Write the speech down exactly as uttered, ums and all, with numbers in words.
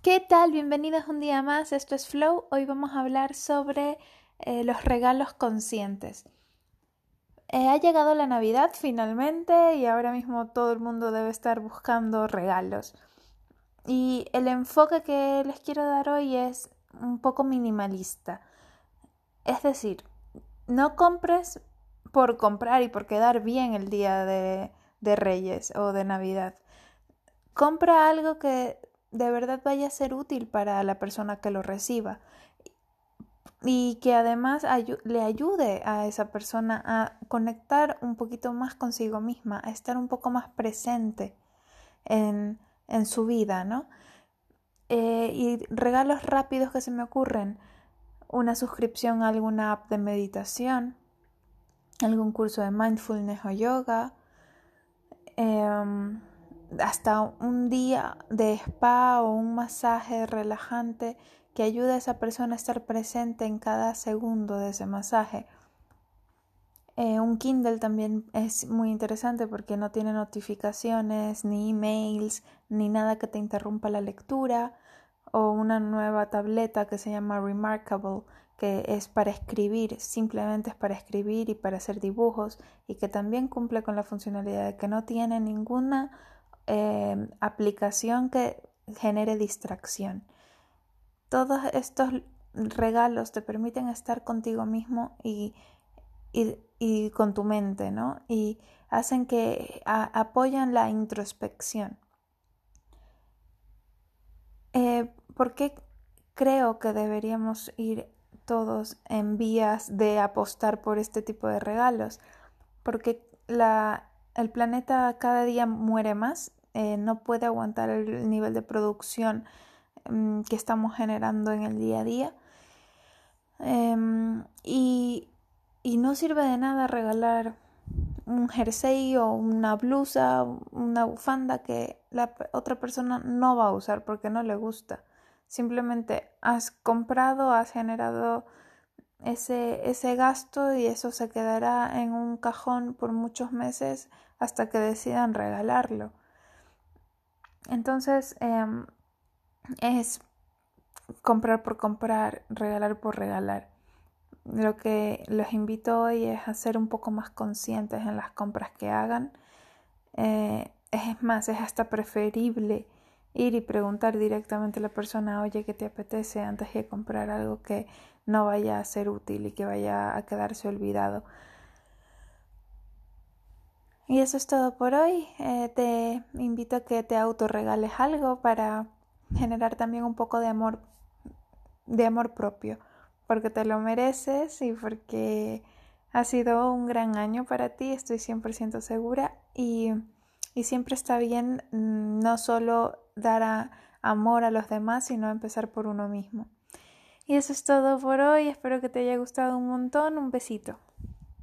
¿Qué tal? Bienvenidos un día más. Esto es Flow. Hoy vamos a hablar sobre eh, los regalos conscientes. Eh, ha llegado la Navidad finalmente y ahora mismo todo el mundo debe estar buscando regalos. Y el enfoque que les quiero dar hoy es un poco minimalista. Es decir, no compres por comprar y por quedar bien el día de, de Reyes o de Navidad. Compra algo que de verdad vaya a ser útil para la persona que lo reciba y que además ayu- le ayude a esa persona a conectar un poquito más consigo misma, a estar un poco más presente en, en su vida, ¿no? Eh, y regalos rápidos que se me ocurren, una suscripción a alguna app de meditación, algún curso de mindfulness o yoga, eh, hasta un día de spa o un masaje relajante que ayude a esa persona a estar presente en cada segundo de ese masaje. Eh, un Kindle también es muy interesante porque no tiene notificaciones, ni emails, ni nada que te interrumpa la lectura. O una nueva tableta que se llama Remarkable, que es para escribir, simplemente es para escribir y para hacer dibujos, y que también cumple con la funcionalidad de que no tiene ninguna eh, aplicación que genere distracción. Todos estos regalos te permiten estar contigo mismo y, y, y con tu mente, ¿no? Y hacen que a, apoyan la introspección. Eh, ¿por qué creo que deberíamos ir todos en vías de apostar por este tipo de regalos? Porque la, el planeta cada día muere más, eh, no puede aguantar el nivel de producción um, que estamos generando en el día a día. Um, y, y no sirve de nada regalar un jersey o una blusa, una bufanda que la otra persona no va a usar porque no le gusta. Simplemente has comprado, has generado ese, ese gasto y eso se quedará en un cajón por muchos meses hasta que decidan regalarlo. Entonces eh, es comprar por comprar, regalar por regalar. Lo que los invito hoy es a ser un poco más conscientes en las compras que hagan. Eh, es más, es hasta preferible ir y preguntar directamente a la persona, oye, ¿qué te apetece? Antes de comprar algo que no vaya a ser útil y que vaya a quedarse olvidado. Y eso es todo por hoy. Eh, te invito a que te autorregales algo para generar también un poco de amor, de amor propio, porque te lo mereces y porque ha sido un gran año para ti, estoy cien por ciento segura, y, y siempre está bien no solo dar a, amor a los demás, sino empezar por uno mismo. Y eso es todo por hoy, espero que te haya gustado un montón, un besito.